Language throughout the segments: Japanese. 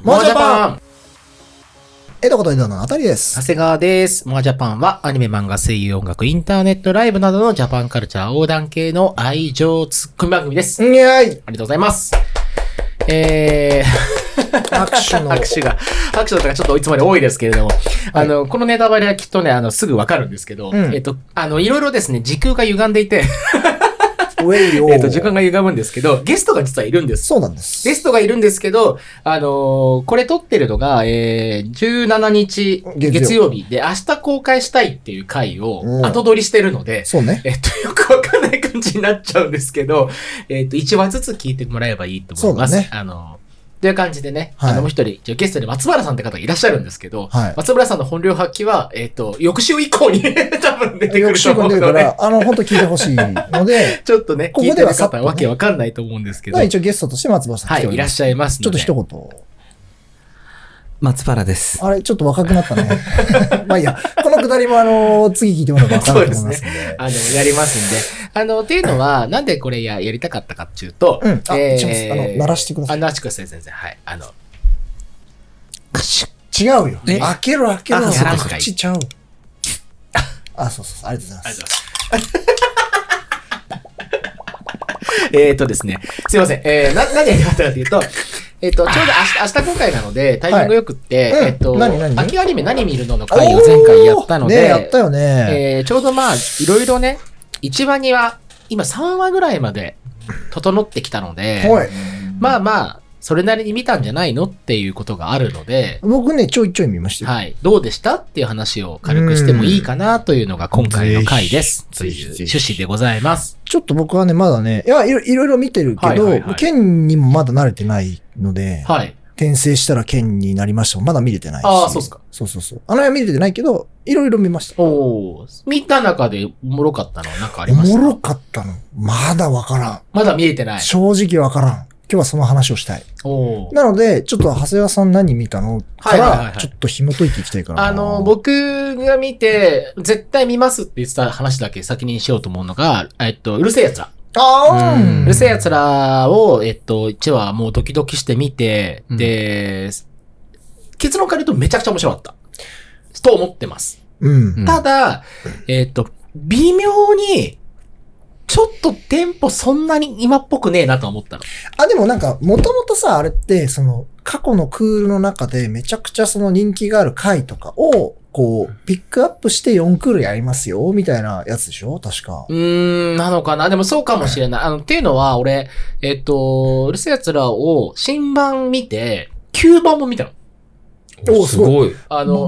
モアジャパン。江戸こと江戸のあたりです。 長谷川です。モアジャパンはアニメ、漫画、声優、音楽、インターネット、ライブなどのジャパンカルチャー横断系の愛情ツッコミ番組です。 いやーい。 ありがとうございます。 拍手の。 拍手とかちょっといつまで多いですけれども、はい、このネタバレはきっとね、すぐわかるんですけど、いろいろですね、時空が歪んでいて、時間が歪むんですけど、ゲストが実はいるんです。 そうなんです。 ゲストがいるんですけど、これ撮ってるのが、17日月曜日で、明日公開したいっていう回を後撮りしてるので、 そうね。 よくわかんない感じになっちゃうんですけど、1話ずつ聞いてもらえばいいと思います。そうだね。という感じでね、もう一人、ゲストで松原さんって方がいらっしゃるんですけど、松原さんの本領発揮は、翌週以降に多分出てくると思うので。翌週以降に出るから、本当聞いてほしいので、 ちょっとね、 ここでは方はわけわかんないと思うんですけど。 一応ゲストとして松原さん来ております。 はい、いらっしゃいますので。 ちょっと一言。 松原です。 あれ、ちょっと若くなったね。まあいいや、このくだりも次聞いてもらえば分かると思いますんで。 そうですね。やりますんで。っていうのは、なんでこれやりたかったかっていうと、 鳴らしてください。 鳴らしてください、全然。はい。 違うよ。開けろ。口ちゃう。そう。ありがとうございます。 ありがとうございます。ですね。すいません。何やりたかったかというと、ちょうど明日公開なので、タイミングよくって、秋アニメ何見るのの回を前回やったので、 やったよね。 ちょうどまあ、いろいろね、1話2話、今3話ぐらいまで整ってきたので、まあ、それなりに見たんじゃないのっていうことがあるので。 僕ね、ちょいちょい見ましたよ。 はい。どうでしたっていう話を軽くしてもいいかなというのが今回の回です。という趣旨でございます。 ちょっと僕はね、まだね、いろいろ見てるけど、剣にもまだ慣れてないので、 はい。 転生したら剣になりましたもまだ見れてないし。 そうっすか。 そう。見れてないけど、いろいろ見ました。 見た中でおもろかったのは何かありました？ おもろかったのまだわからん。 まだ見れてない。 正直わからん。今日はその話をしたい。なので、ちょっと長谷川さん何見たのから、ちょっと紐解いていきたいかな。 僕が見て、絶対見ますって言ってた話だけ先にしようと思うのが、うるせえ奴ら。うるせえ奴らを、1話もうドキドキして見て、で、結論から言うとめちゃくちゃ面白かった。と思ってます。ただ、微妙に、ちょっとテンポそんなに今っぽくねえなと思ったの。 でもなんか、もともとさ、あれって、過去のクールの中でめちゃくちゃ人気がある回とかを、ピックアップして4クールやりますよ、みたいなやつでしょ確か。 なのかなでもそうかもしれない。っていうのは、俺、うるせえ奴らを新版見て、9番も見たの。 すごい。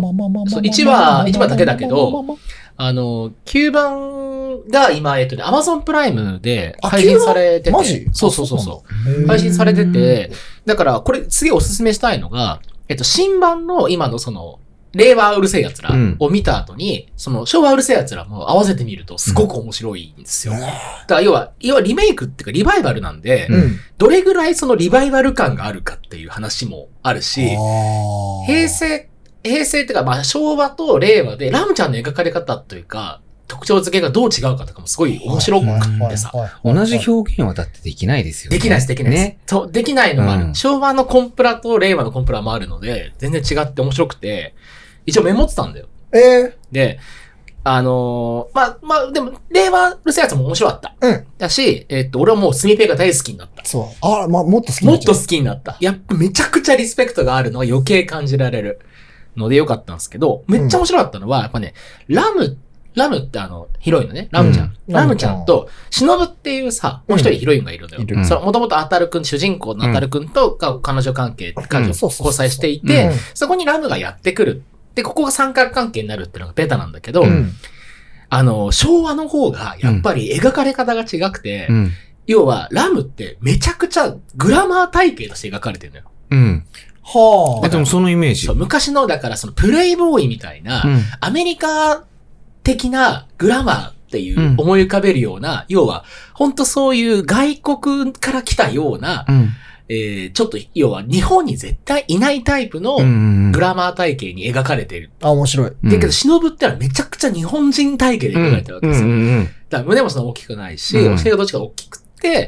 1話だけだけど、9番が今、Amazon プライムで配信されてて。 マジ？ そう。配信されてて、だから、これすげえおすすめしたいのが、新版の今の令和うるせえ奴らを見た後に、昭和うるせえ奴らも合わせてみるとすごく面白いんですよ。だから要はリメイクっていうかリバイバルなんで、どれぐらいリバイバル感があるかっていう話もあるし、平成っていうか、まあ、昭和と令和で、ラムちゃんの描かれ方というか、特徴付けがどう違うかとかもすごい面白くってさ。 同じ表現はだってできないですよね。 できないです。ね。そう、できないのもある。昭和のコンプラと令和のコンプラもあるので、全然違って面白くて、一応メモってたんだよ。で、でも、令和うるせえやつも面白かった。だし、俺はもうスミペイが大好きになった。 そう。もっと好きになった。もっと好きになった。やっぱめちゃくちゃリスペクトがあるのは余計感じられるのでよかったんですけど、めっちゃ面白かったのは、やっぱね、ラムってヒロインのね、ラムちゃん。ラムちゃんと、シノブっていうさ、もう一人ヒロインがいるんだよ。もともとアタルくん、主人公のアタルくんと彼女交際していて、そこにラムがやってくる。で、ここが三角関係になるっていうのがベタなんだけど、昭和の方がやっぱり描かれ方が違くて、要はラムってめちゃくちゃグラマー体型として描かれてるのよ。 でもそのイメージ。 昔の、だからプレイボーイみたいな、アメリカ的なグラマーっていう思い浮かべるような、要は、ほんとそういう外国から来たような、ちょっと、要は日本に絶対いないタイプのグラマー体型に描かれてる。 面白い。 だけど、忍ってのはめちゃくちゃ日本人体型で描かれてるわけですよ。だから胸もそんな大きくないし、お尻がどっちか大きくて、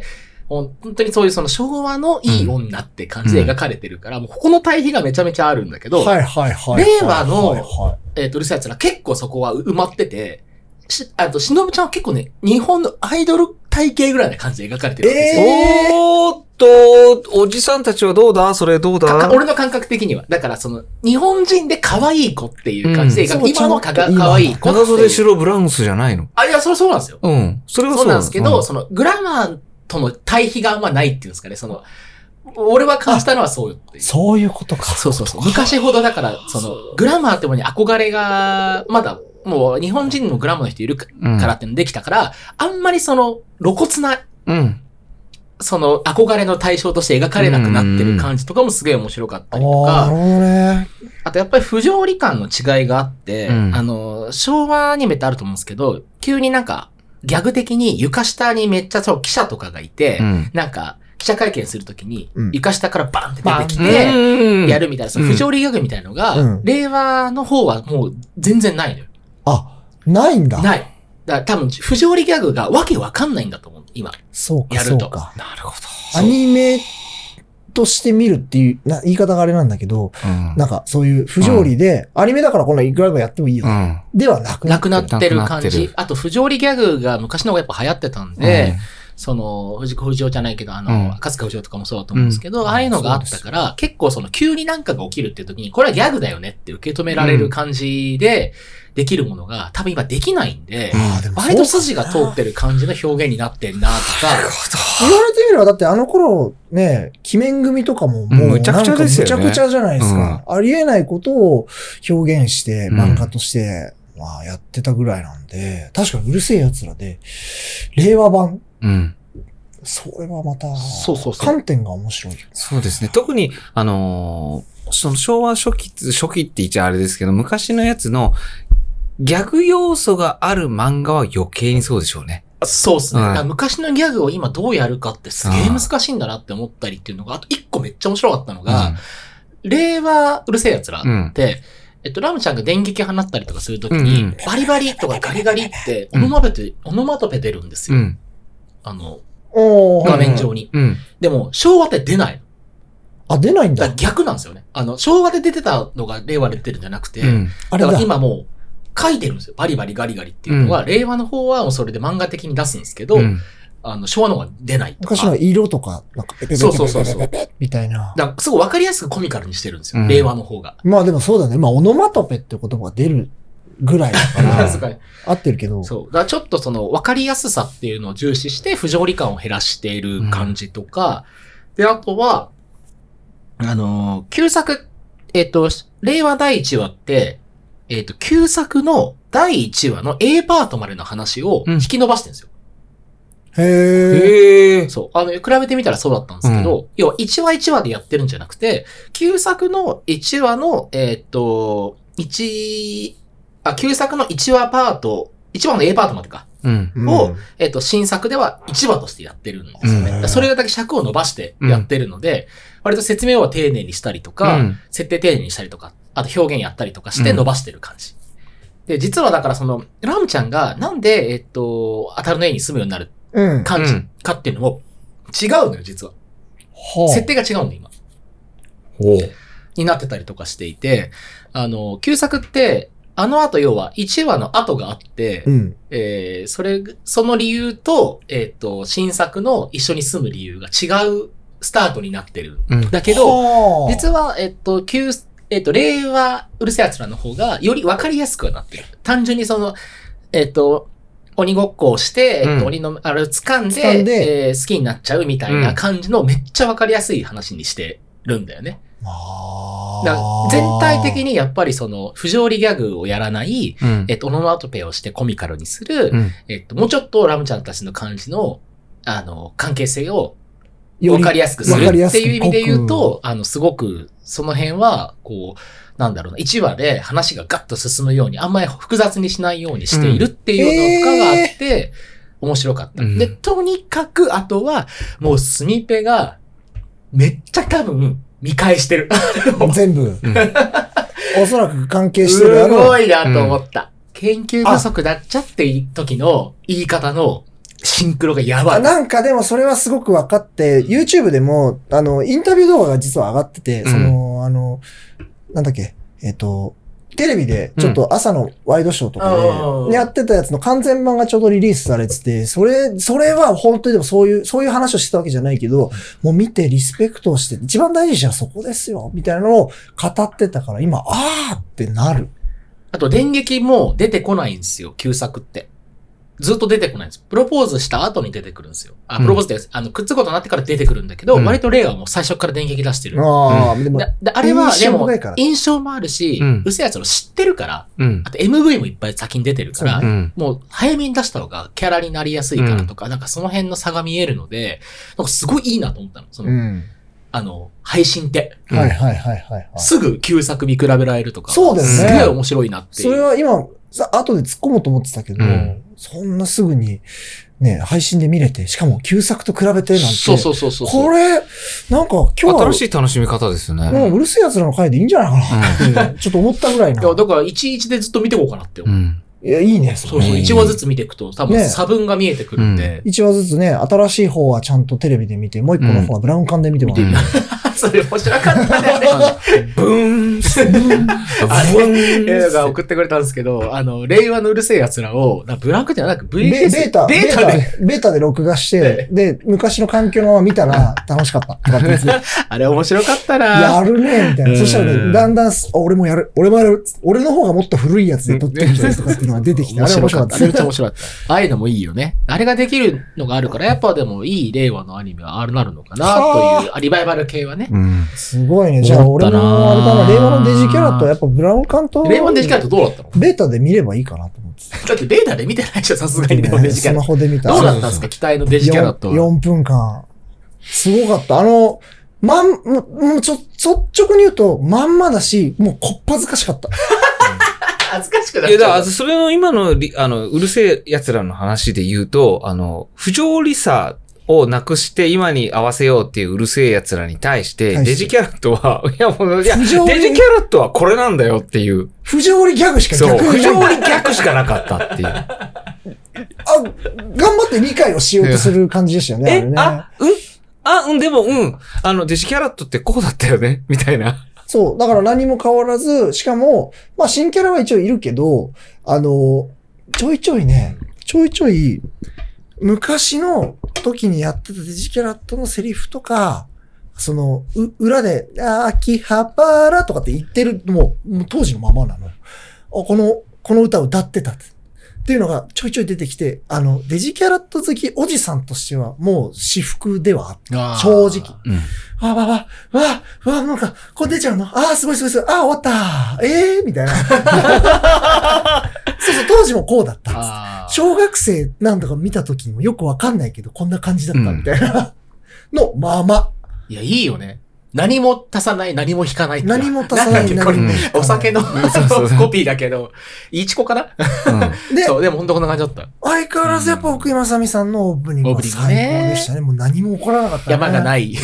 本当にそういうその昭和のいい女って感じで描かれてるから、もうここの対比がめちゃめちゃあるんだけど、 はいはいはい。 令和のはいはうるさい奴ら結構そこは埋まってて、しのぶちゃんは結構ね、日本のアイドル体型ぐらいな感じで描かれてるわけですよ。 おーっと、おじさんたちはどうだそれどうだ俺の感覚的には。だからその、日本人で可愛い子っていう感じで描く、 うん今の可愛い子っていう。 長袖白ブラウスじゃないの？ あ、いや、それそうなんですよ。 うん。それはそうなんですけど、 うんその、グラマーとの対比があんまないっていうんですかね、その、俺は感じたのはそうっていう。 そういうことか。 そうそうそう。昔ほどだから、その、グラマーってものに憧れが、まだ、もう日本人のグラマーの人いるからってのできたから、あんまりその、露骨な、その、憧れの対象として描かれなくなってる感じとかもすげえ面白かったりとか、あとやっぱり不条理感の違いがあって、昭和アニメってあると思うんですけど、急になんか、ギャグ的に床下にめっちゃ記者とかがいて、なんか、記者会見するときに、床下からバンって出てきて、やるみたいな、その不条理ギャグみたいなのが、令和の方はもう全然ないのよ。 あ、ないんだ。 ない。だから多分、不条理ギャグがわけわかんないんだと思う、今。 そうか、 やると。 なるほど。 アニメとして見るっていう、言い方があれなんだけど、なんかそういう不条理で、アニメだからこんないくらでもやってもいいよ。ではなくなってる感じ。あと、不条理ギャグが昔の方がやっぱ流行ってたんで、その、藤子不二雄じゃないけど、赤塚不二夫とかもそうだと思うんですけど、ああいうのがあったから、結構その急になんかが起きるっていう時に、これはギャグだよねって受け止められる感じで、できるものが多分今できないんで、割と筋が通ってる感じの表現になってんなとか。 言われてみれば、だってあの頃ね、鬼面組とかももうむちゃくちゃですよね。 むちゃくちゃじゃないですか。ありえないことを表現して漫画として、まあやってたぐらいなんで、確かにうるせえ奴らで、令和版。それはまた、観点が面白い。 そうですね。特に、その昭和初期って言っちゃあれですけど、昔のやつのギャグ要素がある漫画は余計にそうでしょうね。 そうですね。昔のギャグを今どうやるかってすげえ難しいんだなって思ったりっていうのが、あと一個めっちゃ面白かったのが、令和うるせえ奴らって、ラムちゃんが電撃放ったりとかするときに、バリバリとかガリガリってオノマトペ出るんですよ。画面上に。でも、昭和って出ないの。 あ、出ないんだ。 逆なんですよね。昭和で出てたのが令和で出てるんじゃなくて、だから今もう書いてるんですよ。バリバリガリガリっていうのは、令和の方はもうそれで漫画的に出すんですけど、昭和の方が出ないとか。 昔の色とか、なんかペペペペペペペみたいな。 だからすごいわかりやすくコミカルにしてるんですよ。令和の方が。 まあでもそうだね。まあオノマトペって言葉が出るぐらいだから、合ってるけど。 そう。だからちょっとその分かりやすさっていうのを重視して不条理感を減らしている感じとか、で、あとは、旧作、令和第1話って、旧作の第1話の A パートまでの話を引き伸ばしてるんですよ。 へー。 そう。比べてみたらそうだったんですけど、要は1話1話でやってるんじゃなくて、旧作の1話の、旧作の1話パート、1話の A パートまでか。を、新作では1話としてやってるんですよね。それだけ尺を伸ばしてやってるので、割と説明は丁寧にしたりとか、設定丁寧にしたりとか、あと表現やったりとかして伸ばしてる感じ。で、実はだからその、ラムちゃんがなんで、当たるの家に住むようになる感じかっていうのも違うのよ、実は。設定が違うんだ、今。になってたりとかしていて、旧作って、後要は1話の後があって、その理由と、新作の一緒に住む理由が違うスタートになってる。だけど、実は、令和うるせえ奴らの方がより分かりやすくはなってる。単純にその、鬼ごっこをして、鬼のあれを掴んで、好きになっちゃうみたいな感じのめっちゃ分かりやすい話にしてるんだよね。だから全体的にやっぱりその不条理ギャグをやらない、オノマトペをしてコミカルにする、もうちょっとラムちゃんたちの感じの、関係性を分かりやすくするっていう意味で言うと、すごくその辺は、こう、なんだろうな、1話で話がガッと進むように、あんまり複雑にしないようにしているっていうような負荷があって、面白かった。で、とにかく、あとは、もうスニペが、めっちゃ多分、見返してる。 全部。おそらく関係してるすごいなと思った。研究不足だっちゃっていう時の言い方のシンクロがやばい。 なんかでもそれはすごく分かって、YouTube でも、インタビュー動画が実は上がってて、なんだっけ、テレビでちょっと朝のワイドショーとかでやってたやつの完全版がちょうどリリースされてて、それは本当にでもそういう話をしてたわけじゃないけど、もう見てリスペクトをして、一番大事じゃんそこですよ、みたいなのを語ってたから、今、あーってなる。 あと、電撃も出てこないんですよ、旧作って。ずっと出てこないんです。プロポーズした後に出てくるんですよ。プロポーズって、くっつくことになってから出てくるんだけど、割とレイはもう最初から電撃出してる。 あれは、でも、印象もあるし、うせやつの知ってるから、あと MV もいっぱい先に出てるから、もう早めに出した方がキャラになりやすいからとか、なんかその辺の差が見えるので、なんかすごいいいなと思ったの。配信って。すぐ旧作見比べられるとか。 そうですね。すげえ面白いなっていう。 それは今、後で突っ込もうと思ってたけど、そんなすぐに、ね、配信で見れて、しかも旧作と比べてなんて。 そう。 これ、なんか今日は。 新しい楽しみ方ですよね。 もううるせえ奴らの回でいいんじゃないかなって、ちょっと思ったぐらいな。 いや、だから11でずっと見ていこうかなって思う。 いや、いいね。 そう、1話ずつ見ていくと、多分差分が見えてくるんで。 1話ずつね、新しい方はちゃんとテレビで見て、もう一個の方はブラウン管で見てもらう。 それ面白かったね。ブーン映画送ってくれたんですけど、令和のうるせえ奴らを、ブラウン管じゃなく VHS ベータで録画して、で、昔の環境のまま見たら楽しかった。 あれ面白かったな。 やるね、みたいな。そしたらね、だんだん、俺もやる。俺の方がもっと古いやつで撮ってるじゃんとかっていうのが出てきて、 あれ面白かった。めっちゃ面白かった。ああいうのもいいよね。あれができるのがあるから、やっぱでもいい令和のアニメはあるなるのかな、という、リバイバル系はね。 すごいね。じゃあ俺もあれだな、令和のデジキャラとやっぱブラウン管と。 令和のデジキャラとどうだったの？ ベータで見ればいいかなと思ってた。 だってベータで見てないでしょ、さすがに。 スマホで見た。 どうだったんですか、期待のデジキャラと。 4分間。すごかった。もう率直に言うと、まんまだし、もうこっぱずかしかった。 恥ずかしくなっちゃう。 いや、だから、それの今の、うるせえ奴らの話で言うと、不条理さをなくして今に合わせようっていううるせえ奴らに対して、デジキャラットは、デジキャラットはこれなんだよっていう。 不条理ギャグしか逆にない。そう、不条理ギャグしかなかったっていう。 頑張って理解をしようとする感じでしたよね。 でも、デジキャラットってこうだったよねみたいな。 そう。だから何も変わらず、しかも、まあ新キャラは一応いるけど、ちょいちょい、昔の時にやってたデジキャラットのセリフとか、裏で、秋葉原とかって言ってる、もう当時のままなの。この歌を歌ってたっていうのがちょいちょい出てきて、デジキャラット好きおじさんとしてはもう私服ではあった。正直。なんか、これ出ちゃうの？すごい。終わったみたいな。そう、当時もこうだった小学生なんとか見た時にもよくわかんないけど、こんな感じだったみたいなのまま。 いや、いいよね。何も足さない、何も引かない。 何も足さない。 お酒のコピーだけど、いちこかなそう、でも本当こんな感じだった。 相変わらずやっぱ奥井正美さんのオープニングは最高でしたね。もう何も起こらなかったね。 山がない。 優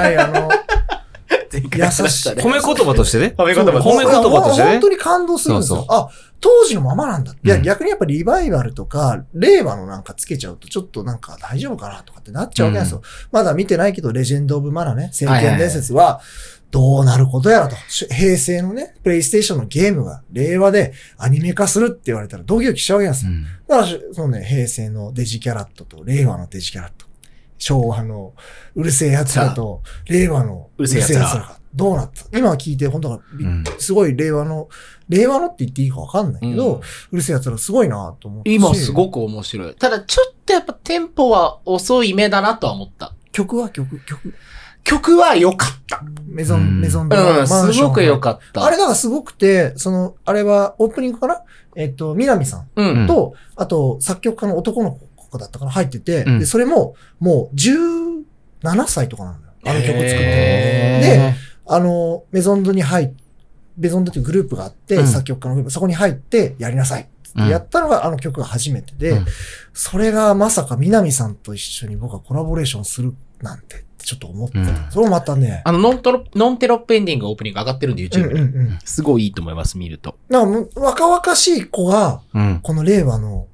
しい。 褒め言葉としてね。 褒め言葉としてね。 本当に感動するんですよ。当時のままなんだ。いや、逆にやっぱリバイバルとか、令和のなんかつけちゃうと、ちょっとなんか大丈夫かなとかってなっちゃうわけですよ。まだ見てないけど、レジェンド・オブ・マナね、聖剣伝説は、どうなることやらと。平成のね、プレイステーションのゲームが令和でアニメ化するって言われたらドキドキしちゃうわけですよ。だから、そのね、平成のデジキャラットと令和のデジキャラット。昭和のうるせえ奴らと、令和のうるせえ奴らがどうなった今聞いて、本当すごい令和のって言っていいかわかんないけど、うるせえ奴らすごいなと思って。 今すごく面白い。ただちょっとやっぱテンポは遅い目だなとは思った。 曲は良かった。 メゾンドラすごく良かった。 あれだからすごくて、あれはオープニングかな南さんと、あと作曲家の男の子だったから入ってて、で、それももう17歳とかなんだよ。あの曲作って。で、メゾンドっていうグループがあって、作曲家のグループ、そこに入ってやりなさい。やったのがあの曲が初めてで、それがまさか南さんと一緒に僕はコラボレーションするなんてちょっと思ってた。それもまたね。 ノンテロップエンディングオープニング上がってるんで YouTube に。すごいいいと思います、見ると。 なんか若々しい子が、この令和の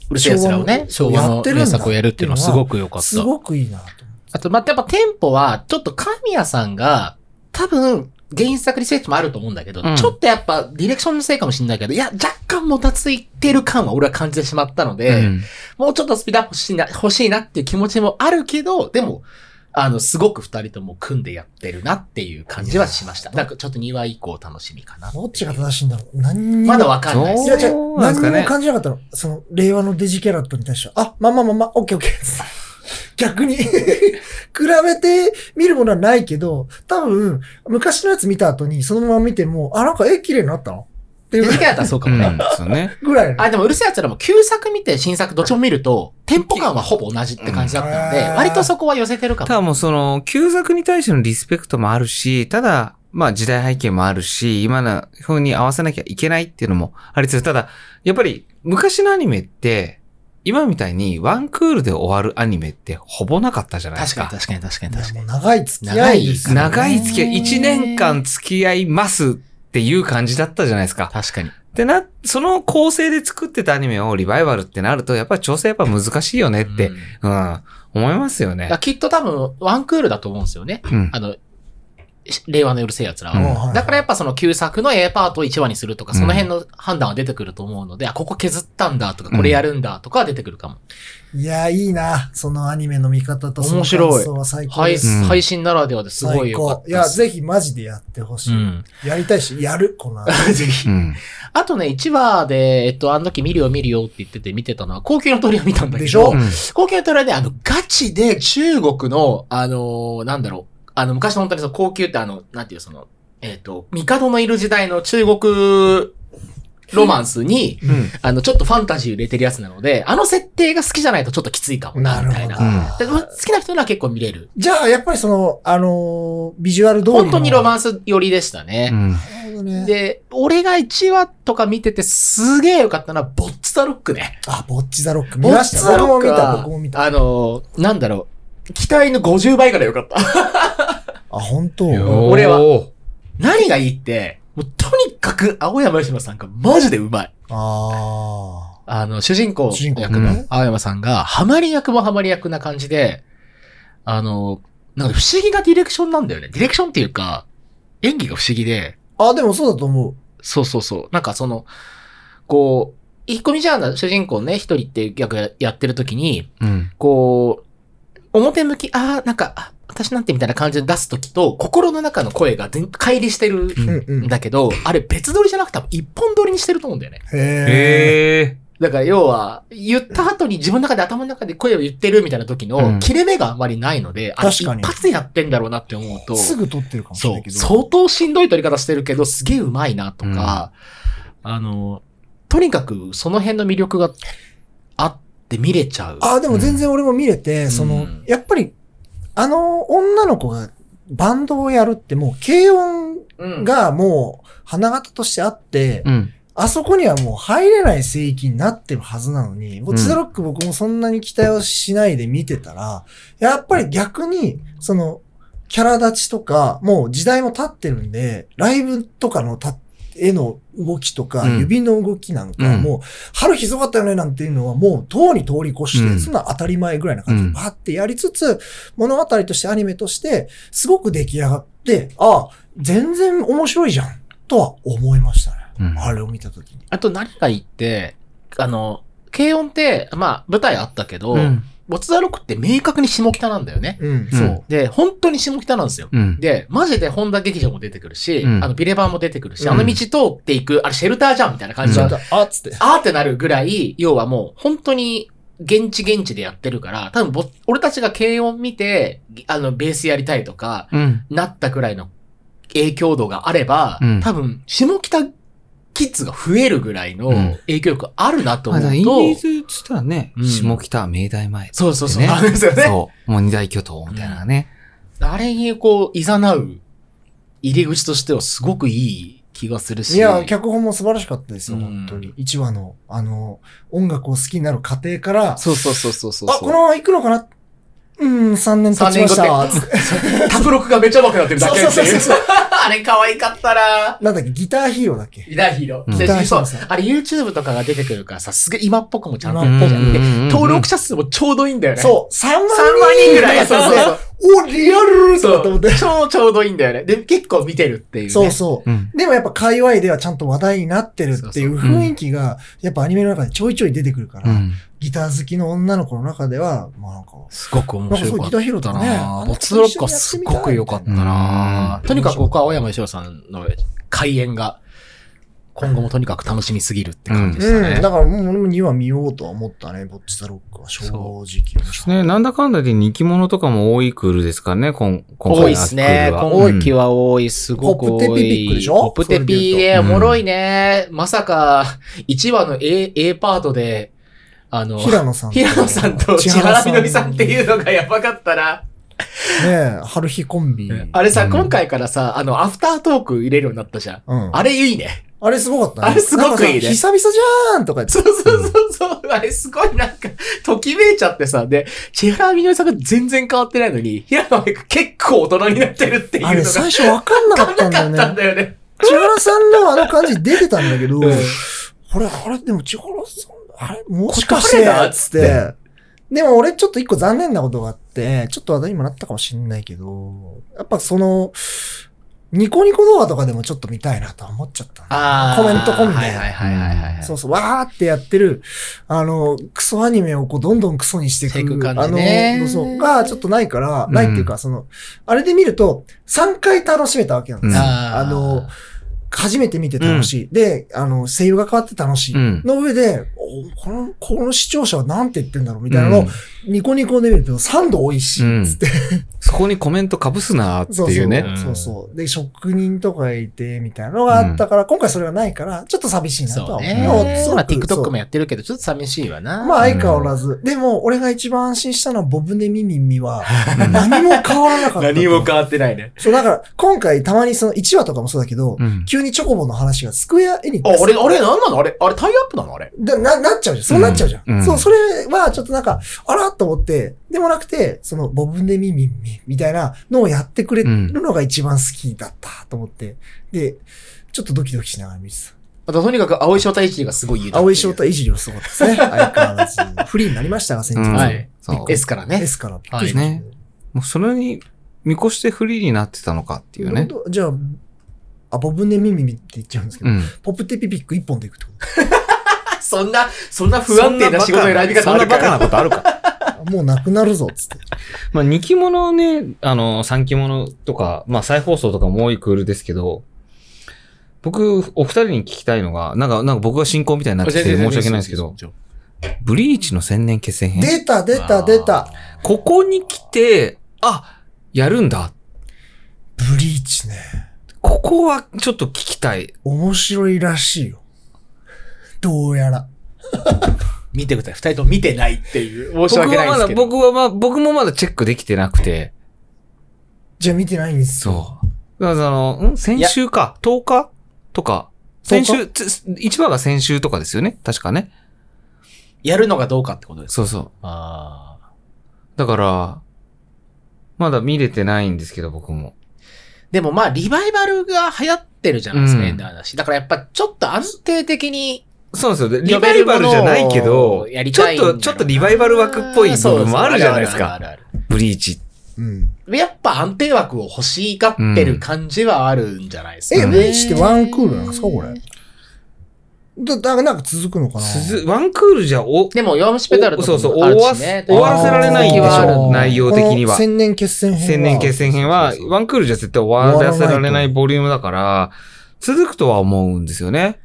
うるせえ奴らをね、昭和の名作をやるっていうのはすごく良かった。 すごくいいなと思って。 あと、やっぱテンポは、ちょっと神谷さんが、多分、原作リセットもあると思うんだけど、ちょっとやっぱディレクションのせいかもしれないけど、いや、若干もたついてる感は俺は感じてしまったので、もうちょっとスピードアップ欲しいなっていう気持ちもあるけど、でも、すごく二人とも組んでやってるなっていう感じはしました。なんかちょっと2話以降楽しみかな。 どっちが正しいんだろう。何にもまだわかんないです。 いや、何にも感じなかったの。その、令和のデジキャラットに対しては、まあ、オッケー。逆に比べて見るものはないけど、多分、昔のやつ見た後にそのまま見ても、なんか綺麗になったのっていう。 デジキャラットはそうかもね。 そうね。 ぐらい。 でもうるせえ奴らも旧作見て新作どっちも見ると、テンポ感はほぼ同じって感じだったので、割とそこは寄せてるかも。 ただもうその、旧作に対してのリスペクトもあるし、ただ、まあ時代背景もあるし、今の風に合わせなきゃいけないっていうのもありつつ、ただ、やっぱり昔のアニメって、今みたいにワンクールで終わるアニメってほぼなかったじゃないですか。 確かに。 もう長い付き合いですね。 長い付き合い、1年間付き合いますっていう感じだったじゃないですか。 確かに。 でその構成で作ってたアニメをリバイバルってなると、やっぱり調整やっぱ難しいよねって、思いますよね。 きっと多分、ワンクールだと思うんですよね。令和のうるせえ奴らは。だからやっぱその旧作の A パートを1話にするとか、その辺の判断は出てくると思うので、ここ削ったんだとか、これやるんだとかは出てくるかも。 いや、いいな。そのアニメの見方とその感想は最高です。 配信ならではですごい良かった。 いや、ぜひマジでやってほしい。やりたいし、やる、この後。 ぜひ。あとね、1話で、あの時見るよって言ってて見てたのは、高級の鳥を見たんだけど、 でしょ高級の鳥はね、ガチで中国の、なんだろう、昔の本当にその高級ってなんていうその、帝のいる時代の中国ロマンスに、ちょっとファンタジー入れてるやつなので、設定が好きじゃないとちょっときついかもな、みたいな。好きな人には結構見れる。 じゃあ、やっぱりその、ビジュアル通り本当にロマンス寄りでしたね。で、俺が1話とか見ててすげえよかったのは、ボッチザロックね。 ボッチザロック見ました。僕も見た。 なんだろう、期待の50倍ぐらいよかった。 本当。 俺は。何がいいって、もうとにかく青山吉野さんがマジでうまい。主人公役の青山さんが、ハマり役もハマり役な感じで、なんか不思議なディレクションなんだよね。ディレクションっていうか、演技が不思議で。 でもそうだと思う。 そう。なんかこう、引っ込みじゃんな主人公ね、一人って役やってる時に、こう、表向き、なんか、私なんてみたいな感じで出すときと、心の中の声が乖離してるんだけど、あれ別撮りじゃなくて一本撮りにしてると思うんだよね。 へー。 だから要は、言った後に自分の中で頭の中で声を言ってるみたいな時の切れ目があまりないので、一発でやってんだろうなって思うと。 すぐ撮ってるかもしれないけど。 相当しんどい撮り方してるけど、すげえうまいなとか、とにかくその辺の魅力があって見れちゃう。 でも全然俺も見れて、やっぱり、女の子がバンドをやるってもう軽音がもう花形としてあって、あそこにはもう入れない聖域になってるはずなのに、ボッチザロック僕もそんなに期待をしないで見てたら、やっぱり逆に、キャラ立ちとか、もう時代も経ってるんで、ライブとかの絵の動きとか、指の動きなんかもう、春ひどかったよねなんていうのはもう、通り越して、そんな当たり前ぐらいな感じで、バーってやりつつ、物語としてアニメとして、すごく出来上がって、全然面白いじゃん、とは思いましたね。あれを見たときに。 あと何がいいって、軽音って、舞台あったけど、ボツザロックって明確に下北なんだよね。そう。で、本当に下北なんですよ。で、マジで本田劇場も出てくるし、ビレバンも出てくるし、道通っていく、あれシェルターじゃんみたいな感じで、 つって。 ってなるぐらい、要はもう本当に現地でやってるから、多分俺たちが軽音見て、ベースやりたいとか、なったくらいの影響度があれば、多分、下北キッズが増えるぐらいの影響力あるなと思うと。 インディーズって言ったらね、下北明大前、ね。 そう。なんですよね。 そう。もう二大巨頭みたいなね。 あれにこう、誘う入り口としてはすごくいい気がするし。 いや、脚本も素晴らしかったですよ、本当に。1話の、音楽を好きになる過程から。 そう。 このまま行くのかな3年経ちました。 タプロクがめちゃうまくなってるだけっていう。 れ可愛かったな。 なんだっけ、ギターヒーローだっけ。 ギターヒーロー。 ギターヒーローそう。あれ YouTube とかが出てくるからさ、すげえ今っぽくもちゃんと今っぽくで登録者数もちょうどいいんだよね。 そう、3万人。 3万人ぐらい。そうそうそう。 お、リアルとかと思って。 ちょうどいいんだよね。で、結構見てるっていうね。 そうそう。 うんでもやっぱ界隈ではちゃんと話題になってるっていう雰囲気が、やっぱアニメの中でちょいちょい出てくるから、ギター好きの女の子の中では、まあなんか、 すごく面白かったな。 なんかそうギターヒーローとかねボツロックはすっごく良かったな。 うんとにかく僕は青山一郎さんの開演が、今後もとにかく楽しみすぎるって感じでしたね。 だからもう俺も2話見ようとは思ったね、ボッチザロックは正直面白い。 ね、なんだかんだで人気者とかも多いクールですからね、今回多いっすね。 の秋クールは今期は多い、すごく多い。 ポップテピピックでしょポップテピでおもろいね。まさか、1話の A パートで、 平野さんと千原みのりさんっていうのがやばかったな。 ねえ、春日コンビ。 あれさ、今回からさ、アフタートーク入れるようになったじゃん。 うん。 あれいいね。 あれすごかったね。 あれすごくいいねなんかさ久々じゃーんとか言って。 そう。あれすごいなんか、ときめいちゃってさ、で、千原みのりさんが全然変わってないのに、平野が結構大人になってるっていうのが。 あれ最初わかんなかったんだよわかんなかったんね。 だよね。 千原さんのあの感じ出てたんだけど、あれ、でも千原さん、あれ、もしかしてこれ誰だつって。でも俺ちょっと一個残念なことがあって、ちょっと話題にもなったかもしれないけど、やっぱニコニコ動画とかでもちょっと見たいなとは思っちゃったな。コメント込みで。 はい。 そうそう、わーってやってる、クソアニメをこうどんどんクソにしていしていくく、 感じねそう、がちょっとないから、 うんないっていうか、あれで見ると、3回楽しめたわけなんですよ。 あ初めて見て楽しい。で、声優が変わって楽しい。 うんの上で、この視聴者はなんて言ってんだろうみたいなのを、ニコニコで見ると3度美味しいっつって。 そこにコメントかぶすなっていうね。 そう。で、職人とかいて、みたいなのがあったから、今回それがないから、ちょっと寂しいなとは思う。 まあ TikTok もやってるけど、ちょっと寂しいわな。 まあ相変わらず。でも、俺が一番安心したのは、ボブネミミミは、何も変わらなかった。 何も変わってないね。 そう、だから、今回たまに1話とかもそうだけど、急にチョコボの話がスクエアエニックス。 あれなんなのあれタイアップなのあれなっちゃうじゃん。そうなっちゃうじゃん。そう、それはちょっとなんか、あらと思って、でもなくて、ボブネミミミみたいなのをやってくれるのが一番好きだったと思って、で、ちょっとドキドキしながら見てた。 あと、とにかく、青井翔太いじりがすごい言う。 青井翔太いじりはすごかったですね。相変わらず。フリーになりましたが、先日。 はい。 そう。 S からね。 S からびっくりしました。 もうそれに見越してフリーになってたのかっていうね。 じゃあ、ボブネミミミって言っちゃうんですけど、ポップテピピック一本でいくってことそんな不安定な仕事の選び方あるかそんなバカなことあるかもうなくなるぞ、つって。 まあ、2期物ね、3期物とか、まあ、再放送とかも多いクールですけど、僕、お二人に聞きたいのが、なんか僕が進行みたいになってて申し訳ないんですけど、ブリーチの千年決戦編。 出た。 ここに来て、やるんだ。 ブリーチね。 ここはちょっと聞きたい。 面白いらしいよ。どうやら。 見てください。二人とも見てないっていう。申し訳ないですけど。 僕もまだチェックできてなくて。 じゃあ見てないんですよ。 そう。だから先週か、10日とか、先週、1話が先週とかですよね。確かね。 やるのがどうかってことですか？ そう。だから、まだ見れてないんですけど、僕も。 でもまあ、リバイバルが流行ってるじゃないですか、エンダーだし。だからやっぱちょっと安定的に、 そうですよ。リバイバルじゃないけど、ちょっとリバイバル枠っぽい部分もあるじゃないですか。ブリーチ。 やっぱ安定枠を欲しがってる感じはあるんじゃないですかね。 ブリーチってワンクールなんですかこれ。なんか続くのかなワンクールじゃでも弱虫ペダルとかもあるしね。終わらせられないんでしょ、内容的には。 千年決戦編。 千年決戦編は、ワンクールじゃ絶対終わらせられないボリュームだから、続くとは思うんですよね。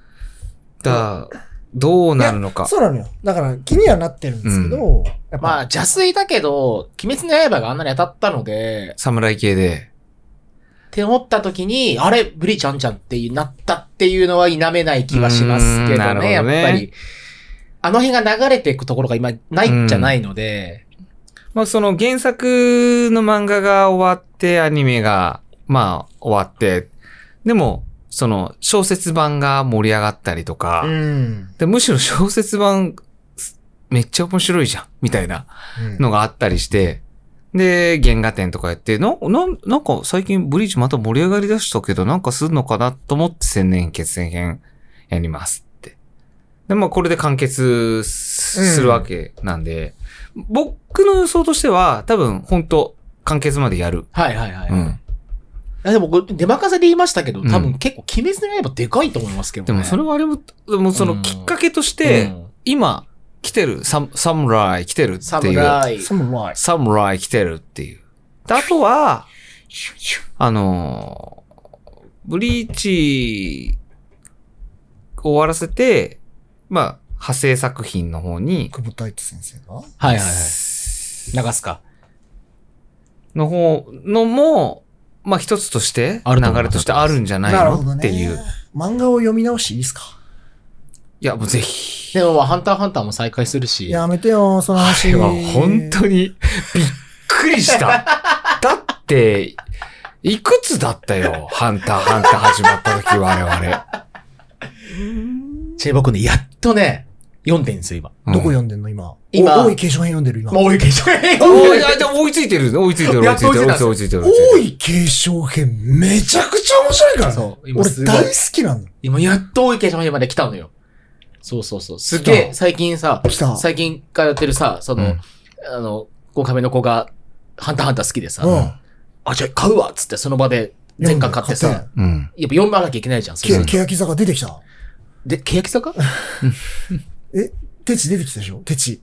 どうなるのか。 そうなのよ。だから気にはなってるんですけど、 まあ邪推だけど、鬼滅の刃があんなに当たったので、 侍系で。 って思った時に、あれ、ブリーチあんちゃんってなったっていうのは否めない気はしますけどね、やっぱり。あの辺が流れていくところが今ないんじゃないので。 まあその原作の漫画が終わって、アニメが、まあ終わって、でも、その小説版が盛り上がったりとか、でむしろ小説版めっちゃ面白いじゃん、みたいなのがあったりして、 で、原画展とかやって、なんか最近ブリーチまた盛り上がりだしたけど、なんかするのかなと思って千年決戦編やりますって。で、まあこれで完結するわけなんで、僕の予想としては多分本当完結までやる。 はいはいはい。 うん。 でも、出任せで言いましたけど、多分結構鬼滅の刃でかいと思いますけどね。 でもそれはあれも、でもそのきっかけとして、今来てる、サムライ来てるっていう。サムライ来てるっていう。であとは、ブリーチ終わらせて、まあ、派生作品の方に、 久保太一先生がはいはいはい。流すか。 の方のも、まあ一つとして、流れとしてあるんじゃないのっていう。 漫画を読み直していいですか？ いや、もうぜひ。 でも、ハンターハンターも再開するし。 やめてよ、その話。 本当にびっくりした。だって、いくつだったよ、ハンターハンター始まった時我々。 僕ね、やっとね、読んでんですよ、今。 どこ読んでんの今。大井継承編読んでる今。 大井継承編追いついてる。追いついてる。 大井継承編めちゃくちゃ面白いからね。そう。俺大好きなんだ。 今やっと大井継承編まで来たのよ。そう。すげえ、最近通ってるさ、5カメの子が、ハンターハンター好きでさ、じゃあ買うわっつってその場で全巻買ってさ、やっぱ読まなきゃいけないじゃん。 欅坂出てきた。 で、欅坂テチ出てきたでしょ？テチ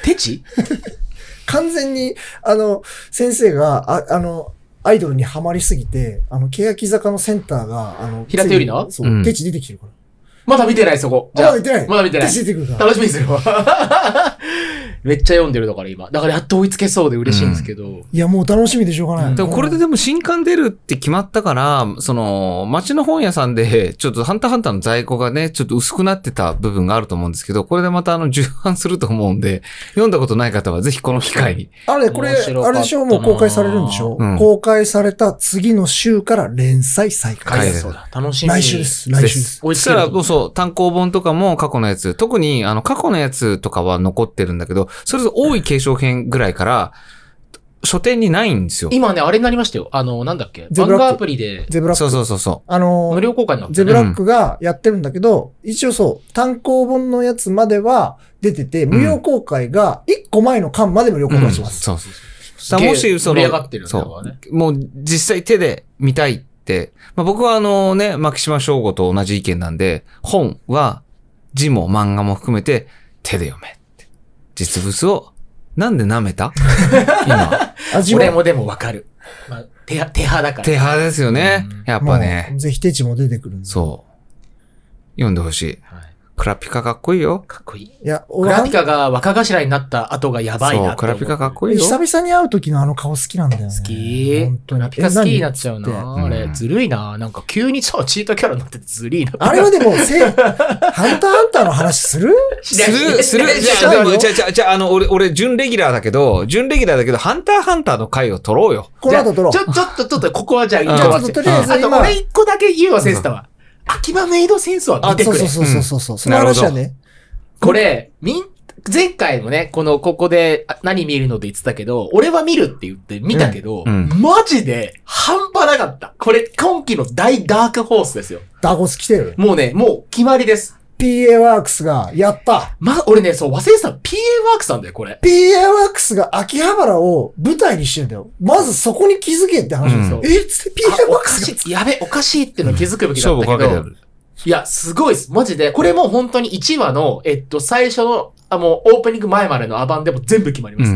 完全に、先生が、アイドルにハマりすぎて、欅坂のセンターが、 平手よりな？ そう、テチ出てきてるから。 まだ見てない、そこ。 まだ見てない。 まだ見てない。 テチ出てくるから。 楽しみにするわ。めっちゃ読んでるだから今。だからやっと追いつけそうで嬉しいんですけど。 いや、もう楽しみでしょうがない。 でもこれででも新刊出るって決まったから、街の本屋さんで、ちょっとハンターハンターの在庫がね、ちょっと薄くなってた部分があると思うんですけど、これでまた重版すると思うんで、読んだことない方はぜひこの機会に。 これ、あれでしょ？もう公開されるんでしょ？公開された次の週から連載再開。 そうだ。楽しみ。 来週です。来週です。 そしたら、単行本とかも過去のやつ、特に過去のやつとかは残ってるんだけど、それぞれ多い継承編ぐらいから、書店にないんですよ。 今ね、あれになりましたよ。なんだっけ？漫画アプリで。 ゼブラック。 そう。 無料公開になってゼブラックがやってるんだけど、一応単行本のやつまでは出てて、無料公開が1個前の巻まで無料公開します。 そう。もし、 盛り上がってるんだよね。 もう実際手で見たいって、僕は牧島翔吾と同じ意見なんで、本は字も漫画も含めて手で読めって。実物をなんで舐めた今。 俺もでもわかる。手派だから。 手派ですよね。やっぱね。 ぜひ手地も出てくるんで。 そう。読んでほしい。クラピカかっこいいよ。 かっこいい。 いや、 クラピカが若頭になった後がやばいな。 そう、クラピカかっこいいよ。 久々に会う時の顔好きなんだよね。 好き。 本当に。 クラピカ好きになっちゃうな。あれ、ずるいな。なんか急にチートキャラになっててずるいな。 あれはでも、ハンターハンターの話するじゃあ、俺、準レギュラーだけど、ハンターハンターの回を取ろうよ。 この後取ろう。 ちょっと、ここはじゃあ、 とりあえずあと、俺一個だけ言う忘れてたわ。秋葉メイドセンスは見てくれ。 そう。その話はね。 これ、前回もね、ここで何見るのって言ってたけど、俺は見るって言って見たけど、マジで半端なかった。これ、今期の大ダークホースですよ。 ダークホース来てる。 もう決まりです。 PA ワークスが、やった。 俺ね、忘れてた。PA ワークスなんだよ、これ。 PA ワークスが秋葉原を舞台にしてるんだよ。まずそこに気づけって話ですよ。PA ワークスが。おかしいっていうの気づくべきだったけど。いや、すごいです。マジで。これも本当に1話の、最初の、オープニング前までのアバンでも全部決まります。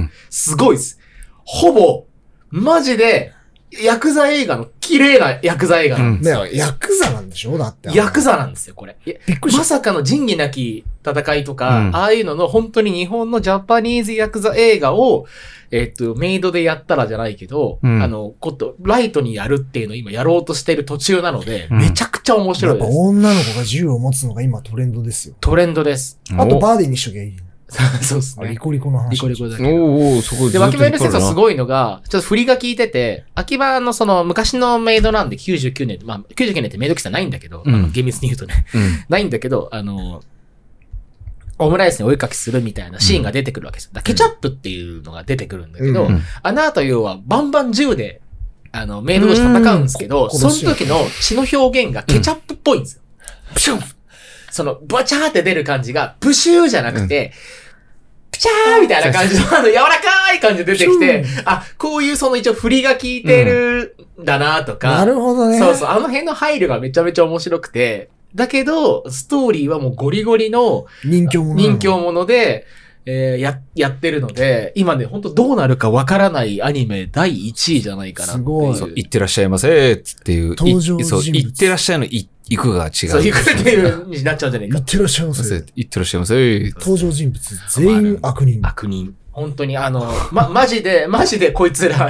すごいです。ほぼ、マジで、ヤクザ映画の、綺麗なヤクザ映画なんですよ。 ヤクザなんでしょだって。 ヤクザなんですよ、これ。 びっくりした。 まさかの仁義なき戦いとか、ああいうのの本当に日本のジャパニーズヤクザ映画を、メイドでやったらじゃないけど、ライトにやるっていうのを今やろうとしてる途中なので、めちゃくちゃ面白いです。 やっぱ女の子が銃を持つのが今トレンドですよ。 トレンドです。 あとバーディーにしときゃいい。 そうですね。 リコリコの話。 リコリコだけど。 そこで、秋葉メイドセンスはすごいのが、ちょっと振りが効いてて、秋葉の昔のメイドなんで99年、99年ってメイド喫茶ないんだけど、厳密に言うとね、ないんだけど、 オムライスにお絵かきするみたいなシーンが出てくるわけですよ。だからケチャップっていうのが出てくるんだけど、 うんあの後要はバンバン銃で、メイド同士戦うんですけど、その時の血の表現がケチャップっぽいんですよ。プシュンその、バチャーって出る感じが、プシューじゃなくて、プチャーみたいな感じの、柔らかい感じで出てきて、あ、こういうその一応振りが効いてるんだなとか、 なるほどね。 そうそう、あの辺の配慮がめちゃめちゃ面白くて、だけど、ストーリーはもうゴリゴリの人気者。 人気者で、やってるので、今ね、本当どうなるかわからないアニメ第1位じゃないかなっていう。 すごいそう、行ってらっしゃいませっていう。 登場人物そう、行ってらっしゃいの行くが違う。 そう、行くっていうになっちゃうんじゃないかいっ。てらっしゃいませ。 行ってらっしゃいませ。 登場人物全員悪人。 悪人。本当にマジでこいつら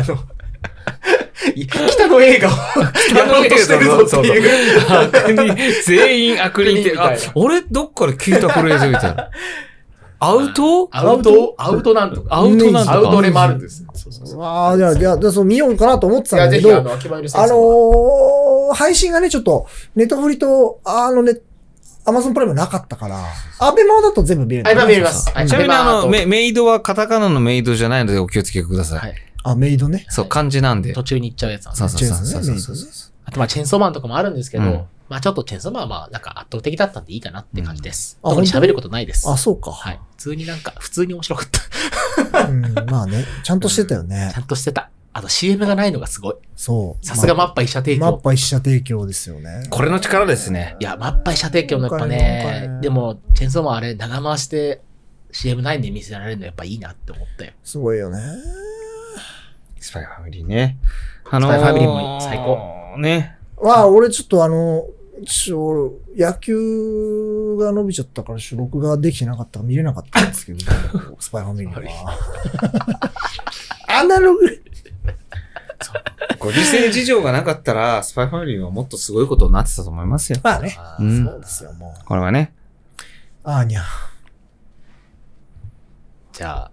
北の映画をやろうとしてるぞっていう。 悪人、全員悪人って、あ、俺どっかで聞いたフレーズみたいな。アウトアウトなんとか。 アウトなんとか。 アウトレもあるんです。そうそうそう。 ああ、じゃあ、そう見ようかなと思ってたんだぜひけど、 秋葉ゆる先生配信がね、ちょっと、ネットフリと、アマゾンプライムなかったから、アベマだと全部見れる。 見れます。 ちなみにメイドはカタカナのメイドじゃないのでお気をつけください。 はい。 あ、メイドね。 そう、漢字なんで。 途中に行っちゃうやつなんでそうそうそうそうそう。 あとチェンソーマンとかもあるんですけど、 うんちょっとチェンソーマンはなんか圧倒的だったんでいいかなって感じです。 うん特に喋ることないです。 あ、そうか。 はい。普通に面白かった。 うん、まあね、ちゃんとしてたよねちゃ。んとしてた。あと CM がないのがすごい。 そう。 さすがマッパ一社提供。 マッパ一社提供ですよね。 これの力ですね。 いや、マッパ一社提供のやっぱ今回ねね、 でも、チェンソーマンあれ長回して CM ないんで見せられるのやっぱいいなって思ったよ。 すごいよね。 スパイファミリーね。 スパイファミリーも最高。 ね。 俺ちょっと野球が伸びちゃったから録画できてなかったから見れなかったんですけど、スパイファミリーは。アナログ。 ご時世事情がなかったら、スパイファミリーはもっとすごいことになってたと思いますよ。 まあね。 うんそうですよ、もう。 これはね。 あーにゃ。 じゃ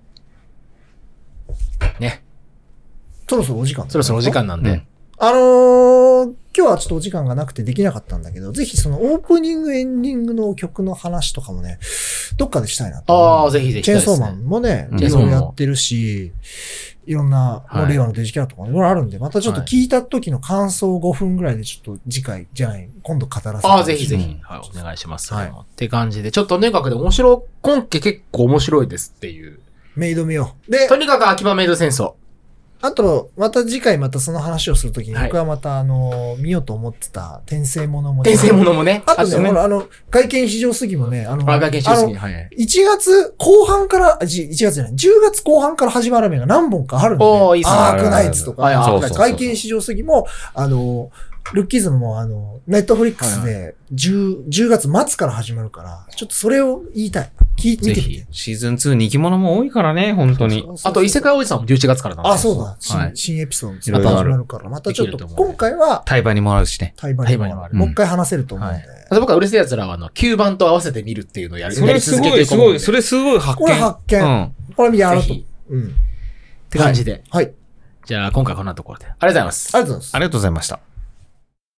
あ、ね。 そろそろお時間だね。 そろそろお時間なんで。 うん今日はちょっとお時間がなくてできなかったんだけど、ぜひそのオープニング、エンディングの曲の話とかもね、どっかでしたいなと。 ああ、ぜひぜひ。 チェーンソーマンもね、 うんいろいろやってるし、いろんな、 はい令和のデジキャラとかもいろいろあるんで、またちょっと聞いた時の感想を5分ぐらいでちょっと次回、じゃない、今度語らせて。 ああ、ぜひぜひ。はい、お願いします。はい。って感じで、ちょっととにかくで今期結構面白いですっていう。 メイド見よう。でと、にかく秋葉メイド戦争。 あと、また次回またその話をするときに、 はい僕はまた見ようと思ってた転生ものも。 転生ものもね。 あとね、 ねほら、外見市場過ぎもね、 外見しすぎ。はい。 1月後半から、1月じゃない、10月後半から始まるアニメが何本かあるんで、 おーいいっすねアークナイツとか、 はいはいそうそうそう外見市場過ぎも、ルッキズムもネットフリックスで10月末から始まるから、ちょっとそれを言いたい。見てみてぜひ。 シーズン2に生き物も多いからね、本当に。 あと、異世界おじさんも11月からなんで。 あ、そうだ。 はい。 新エピソードいろいろある始まるから、またちょっとできると思う今回は対バにもらうしね。 対バに対バにもあるもう一回話せると思うんで。 あと僕はうるせえ奴らは9番と合わせて見るっていうのをやりそれす続けごい、 ていこうと思うんですごい、それすごい発見。 これ発見うん。 これやろうと。 ぜひうん。 って感じで。 はい。 じゃあ、今回こんなところで。ありがとうございます。 ありがとうございますあ。りがとうございました。